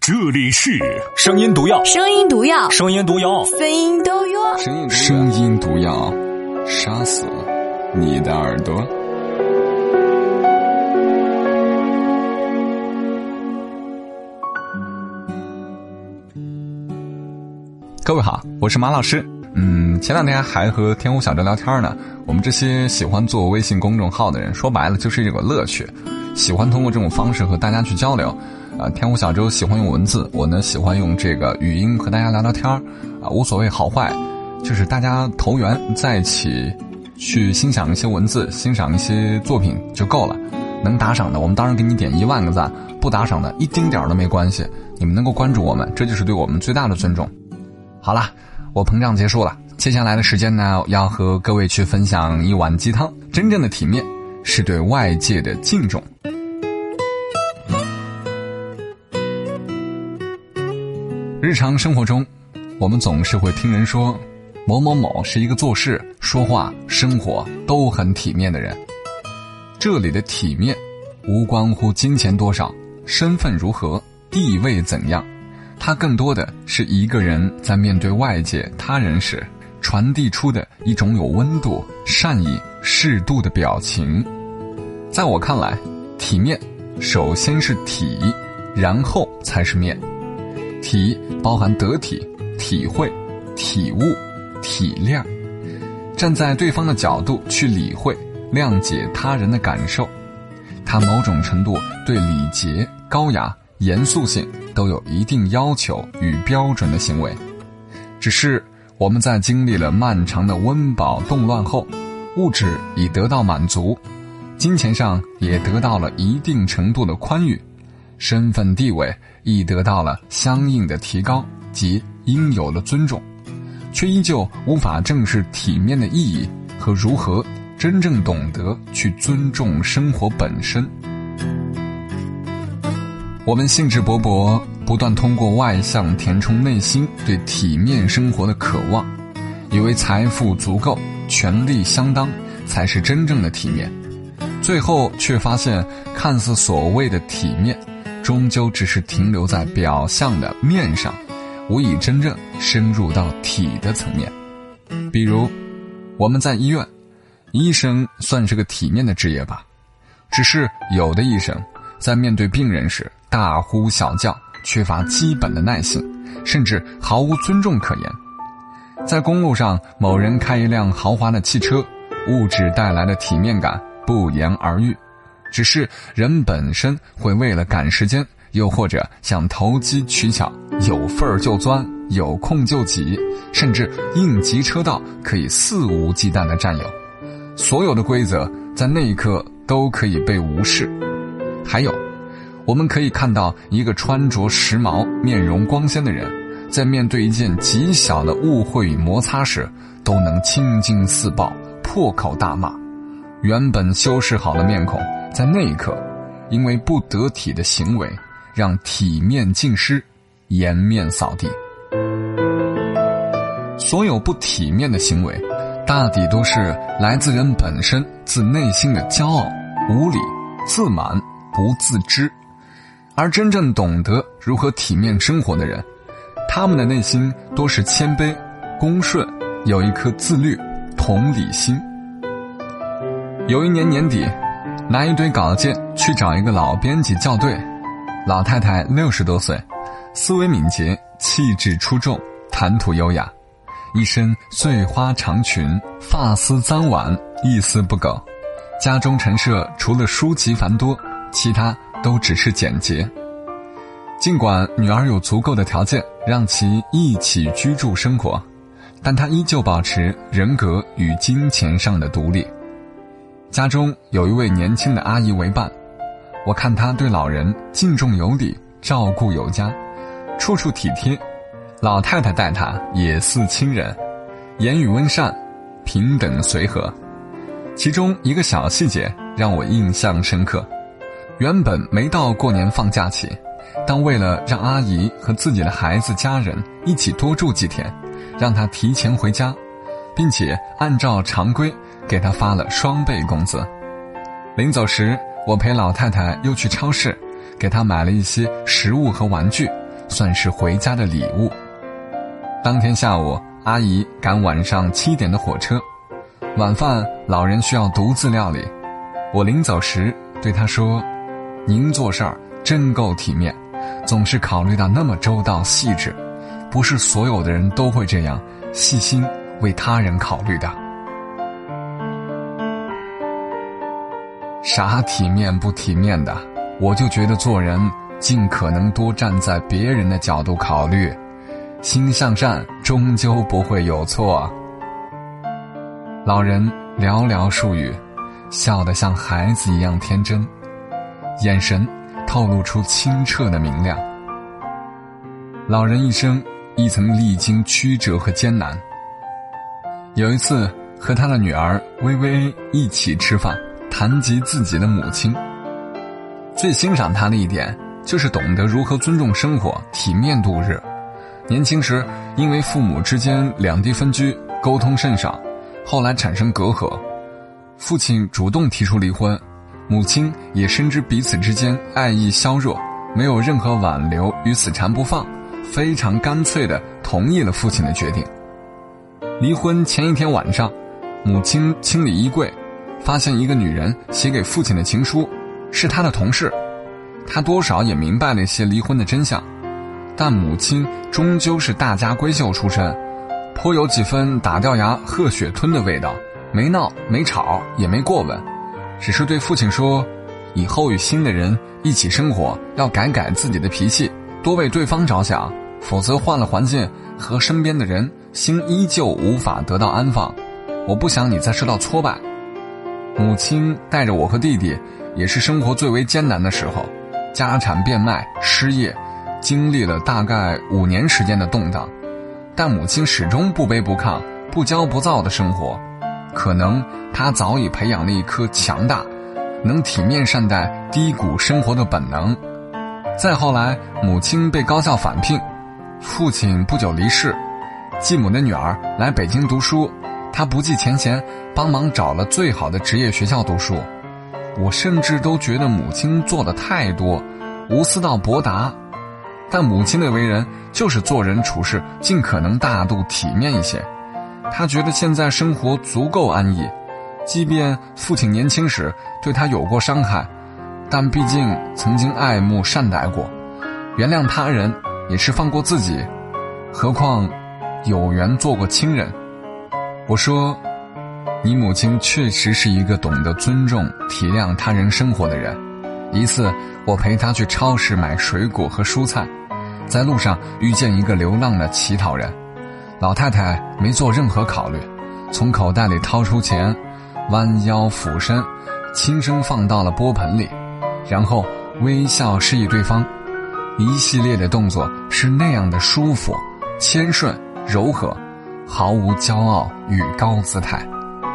这里是声音毒药， 声音毒药， 声音毒药， 声音都有。 声音毒药，杀死你的耳朵。各位好，我是马老师。前两天还和天湖小周聊天呢。我们这些喜欢做微信公众号的人，说白了就是这个乐趣，喜欢通过这种方式和大家去交流。天湖小周喜欢用文字，我呢喜欢用这个语音和大家聊聊天无所谓好坏，就是大家投缘在一起去欣赏一些文字，欣赏一些作品就够了。能打赏的我们当然给你点1万个赞，不打赏的一丁点都没关系，你们能够关注我们，这就是对我们最大的尊重。好了，我膨胀结束了，接下来的时间呢，要和各位去分享一碗鸡汤。真正的体面是对外界的敬重。日常生活中，我们总是会听人说某某某是一个做事、说话、生活都很体面的人。这里的体面无关乎金钱多少、身份如何、地位怎样，它更多的是一个人在面对外界他人时传递出的一种有温度、善意、适度的表情。在我看来，体面首先是体，然后才是面。体包含得体、体会、体悟、体谅，站在对方的角度去理会、谅解他人的感受，他某种程度对礼节、高雅、严肃性都有一定要求与标准的行为。只是我们在经历了漫长的温饱动乱后，物质已得到满足，金钱上也得到了一定程度的宽裕，身份地位亦得到了相应的提高及应有的尊重，却依旧无法正视体面的意义和如何真正懂得去尊重生活本身。我们兴致勃勃，不断通过外向填充内心对体面生活的渴望，以为财富足够、权力相当才是真正的体面，最后却发现看似所谓的体面终究只是停留在表象的面上，无以真正深入到体的层面。比如我们在医院，医生算是个体面的职业吧，只是有的医生在面对病人时大呼小叫，缺乏基本的耐心，甚至毫无尊重可言。在公路上，某人开一辆豪华的汽车，物质带来的体面感不言而喻，只是人本身会为了赶时间，又或者想投机取巧，有份儿就钻，有空就挤，甚至应急车道可以肆无忌惮地占有。所有的规则在那一刻都可以被无视。还有，我们可以看到一个穿着时髦、面容光鲜的人，在面对一件极小的误会与摩擦时，都能青筋四爆，破口大骂。原本修饰好的面孔，在那一刻因为不得体的行为让体面尽失，颜面扫地。所有不体面的行为大抵都是来自人本身自内心的骄傲、无理、自满、不自知。而真正懂得如何体面生活的人，他们的内心多是谦卑、恭顺，有一颗自律、同理心。有一年年底，拿一堆稿件去找一个老编辑校对，老太太60多岁，思维敏捷，气质出众，谈吐优雅，一身碎花长裙，发丝簪挽，一丝不苟。家中陈设除了书籍繁多，其他都只是简洁。尽管女儿有足够的条件让其一起居住生活，但她依旧保持人格与金钱上的独立。家中有一位年轻的阿姨为伴，我看她对老人敬重有礼，照顾有加，处处体贴。老太太待她也似亲人，言语温善，平等随和。其中一个小细节让我印象深刻。原本没到过年放假期，但为了让阿姨和自己的孩子家人一起多住几天，让她提前回家，并且按照常规给她发了2倍工资。临走时，我陪老太太又去超市，给她买了一些食物和玩具， 算是回家的礼物。当天下午，阿姨赶晚上7点的火车，晚饭老人需要独自料理。我临走时对他说，您做事儿真够体面，总是考虑到那么周到细致，不是所有的人都会这样细心为他人考虑的。啥体面不体面的，我就觉得做人尽可能多站在别人的角度考虑，心向善终究不会有错。老人寥寥数语，笑得像孩子一样天真，眼神透露出清澈的明亮。老人一生亦曾历经曲折和艰难。有一次和他的女儿薇薇一起吃饭，谈及自己的母亲，最欣赏他的一点就是懂得如何尊重生活，体面度日。年轻时因为父母之间两地分居，沟通甚少，后来产生隔阂，父亲主动提出离婚，母亲也深知彼此之间爱意削弱，没有任何挽留与死缠不放，非常干脆地同意了父亲的决定。离婚前一天晚上，母亲清理衣柜，发现一个女人写给父亲的情书，是他的同事。他多少也明白了一些离婚的真相，但母亲终究是大家闺秀出身，颇有几分打掉牙喝血吞的味道，没闹没吵也没过问，只是对父亲说，以后与新的人一起生活要改自己的脾气，多为对方着想，否则换了环境和身边的人，心依旧无法得到安放。我不想你再受到挫败。母亲带着我和弟弟，也是生活最为艰难的时候，家产变卖，失业，经历了大概5年时间的动荡，但母亲始终不卑不亢，不骄不躁的生活。可能她早已培养了一颗强大，能体面善待低谷生活的本能。再后来，母亲被高校返聘，父亲不久离世，继母的女儿来北京读书，她不计前嫌帮忙找了最好的职业学校读书。我甚至都觉得母亲做的太多，无私到博达。但母亲的为人就是做人处事尽可能大度体面一些。她觉得现在生活足够安逸，即便父亲年轻时对她有过伤害，但毕竟曾经爱慕善待过，原谅他人也是放过自己，何况有缘做过亲人。我说，你母亲确实是一个懂得尊重体谅他人生活的人。一次我陪她去超市买水果和蔬菜，在路上遇见一个流浪的乞讨人，老太太没做任何考虑，从口袋里掏出钱，弯腰俯身，轻声放到了钵盆里，然后微笑示意对方。一系列的动作是那样的舒服、谦顺、柔和，毫无骄傲与高姿态。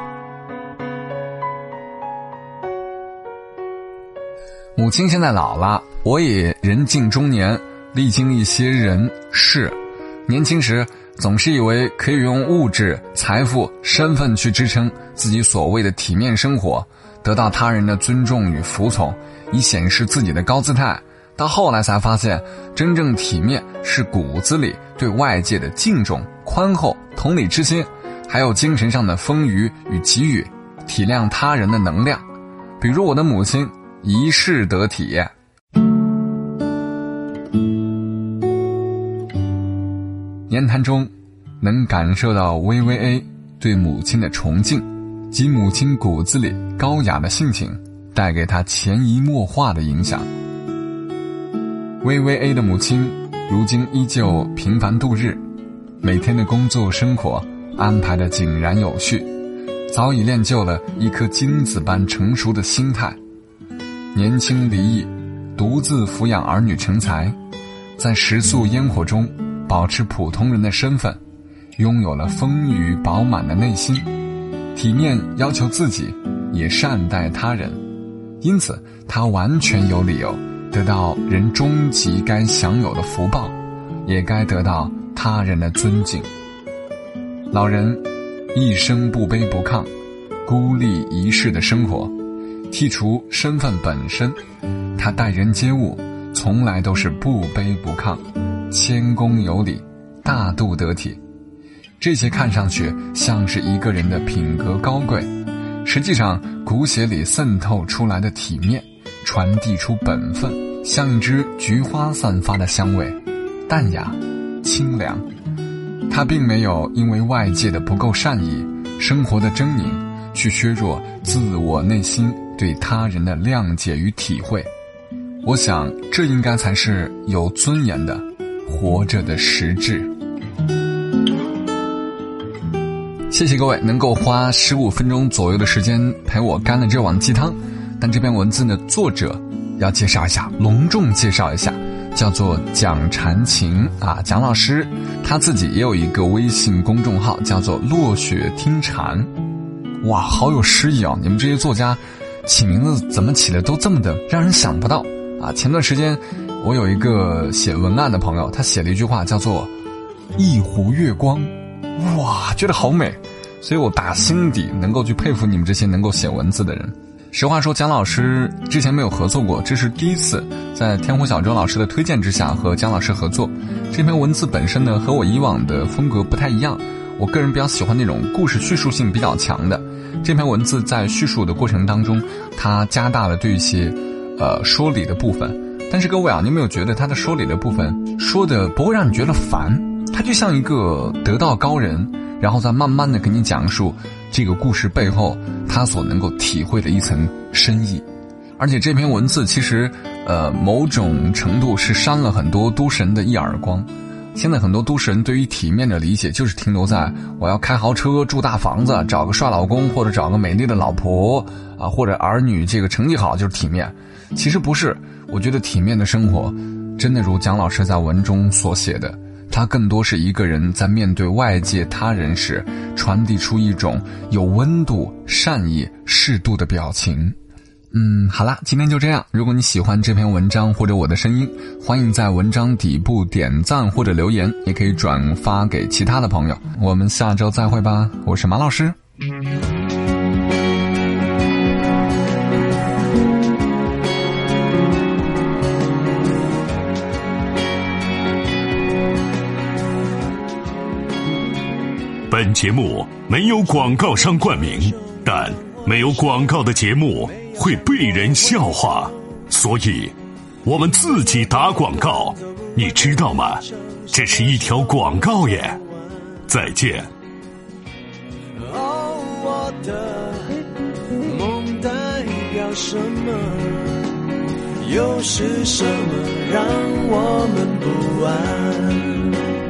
母亲现在老了，我也人近中年，历经一些人事。年轻时总是以为可以用物质、财富、身份去支撑自己所谓的体面生活，得到他人的尊重与服从，以显示自己的高姿态。到后来才发现，真正体面是骨子里对外界的敬重、宽厚、同理之心，还有精神上的丰腴与给予，体谅他人的能量。比如我的母亲一世得体。言谈中能感受到薇薇 A 对母亲的崇敬及母亲骨子里高雅的性情带给她潜移默化的影响。薇薇 A 的母亲如今依旧平凡度日，每天的工作生活安排得井然有序，早已练就了一颗金子般成熟的心态。年轻离异，独自抚养儿女成才，在食宿烟火中保持普通人的身份，拥有了丰腴饱满的内心，体面要求自己，也善待他人，因此他完全有理由得到人终极该享有的福报，也该得到他人的尊敬。老人一生不卑不亢，孤立一世的生活，剔除身份本身，他待人接物从来都是不卑不亢， 谦恭有礼，大度得体。这些看上去像是一个人的品格高贵，实际上骨血里渗透出来的体面，传递出本分，像一支菊花散发的香味，淡雅清凉。它并没有因为外界的不够善意，生活的狰狞，去削弱自我内心对他人的谅解与体会。我想这应该才是有尊严的活着的实质。谢谢各位能够花15分钟左右的时间陪我干了这碗鸡汤。但这篇文字的作者要介绍一下，隆重介绍一下，叫做蒋禅情啊，蒋老师他自己也有一个微信公众号，叫做落雪听禅。哇，好有诗意哦！你们这些作家起名字怎么起的都这么的让人想不到啊！前段时间我有一个写文案的朋友，他写了一句话叫做一湖月光，哇，觉得好美，所以我打心底能够去佩服你们这些能够写文字的人。实话说，蒋老师之前没有合作过，这是第一次在天湖小周老师的推荐之下和蒋老师合作。这篇文字本身呢和我以往的风格不太一样，我个人比较喜欢那种故事叙述性比较强的。这篇文字在叙述的过程当中，它加大了对一些说理的部分，但是各位啊，你有没有觉得他的说理的部分说的不会让你觉得烦？他就像一个得道高人，然后再慢慢的给你讲述这个故事背后他所能够体会的一层深意。而且这篇文字其实某种程度是扇了很多都市人的一耳光。现在很多都市人对于体面的理解就是停留在我要开豪车住大房子，找个帅老公，或者找个美丽的老婆啊，或者儿女这个成绩好就是体面。其实不是，我觉得体面的生活真的如蒋老师在文中所写的，它更多是一个人在面对外界他人时传递出一种有温度、善意、适度的表情。好啦，今天就这样。如果你喜欢这篇文章或者我的声音，欢迎在文章底部点赞或者留言，也可以转发给其他的朋友。我们下周再会吧，我是马老师。 本节目没有广告商冠名，但没有广告的节目会被人笑话，所以我们自己打广告，你知道吗？这是一条广告耶。再见。 哦，我的梦代表什么？又是什么让我们不安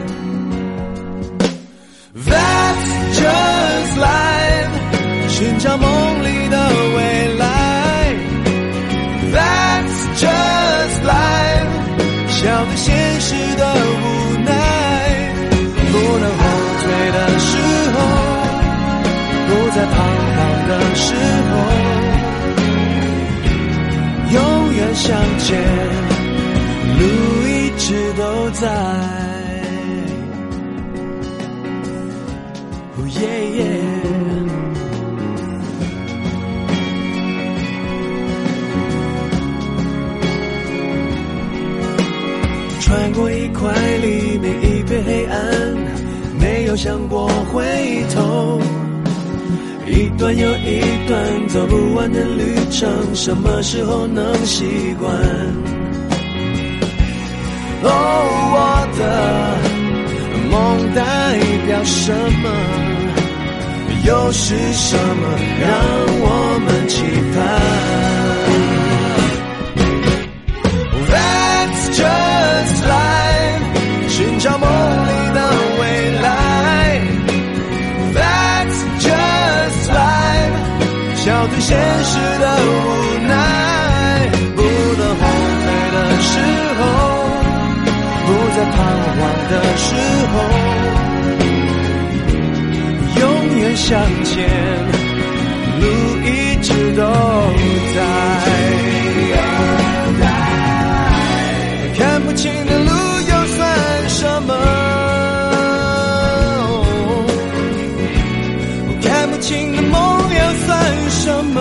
？That's just life， 寻找梦里的未来。That's just life， 笑对现实的无奈。不能后退的时候，不再彷徨的时候，永远向前，路一直都在。穿过一块黎明，一片黑暗，没有想过回头，一段又一段走不完的旅程，什么时候能习惯？哦，我的梦代表什么？又是什么让我们期盼？That's just life， 寻找梦里的未来。That's just life， 笑对现实的无奈。不能后退的时候，不再彷徨的时候，永远向前，路一直都在。看不清的路又算什么？看不清的梦又算什么？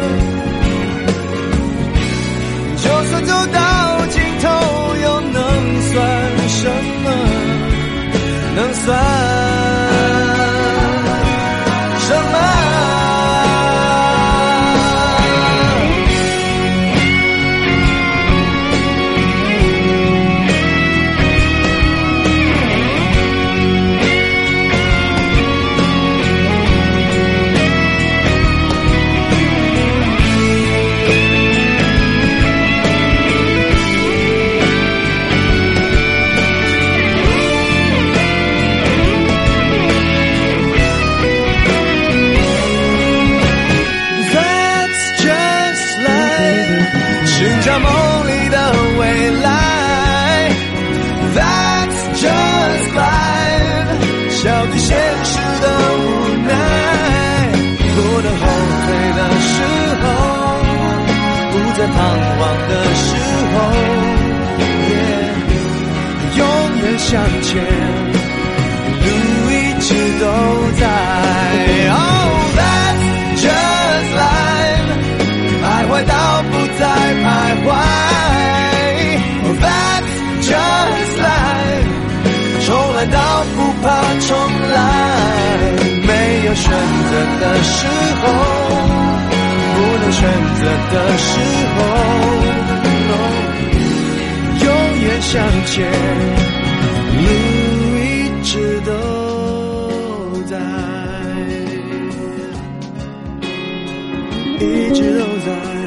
就算走到尽头，又能算什么？寻找梦里的未来 That's just life 小弟现实的无奈不能后退的时候不再彷徨的时候 yeah, 永远向前路一直都在 Oh that's just life 徘徊到不再徘徊 Oh that's just life 重来到不怕重来没有选择的时候不能选择的时候 no, 永远向前路一直都在一直都在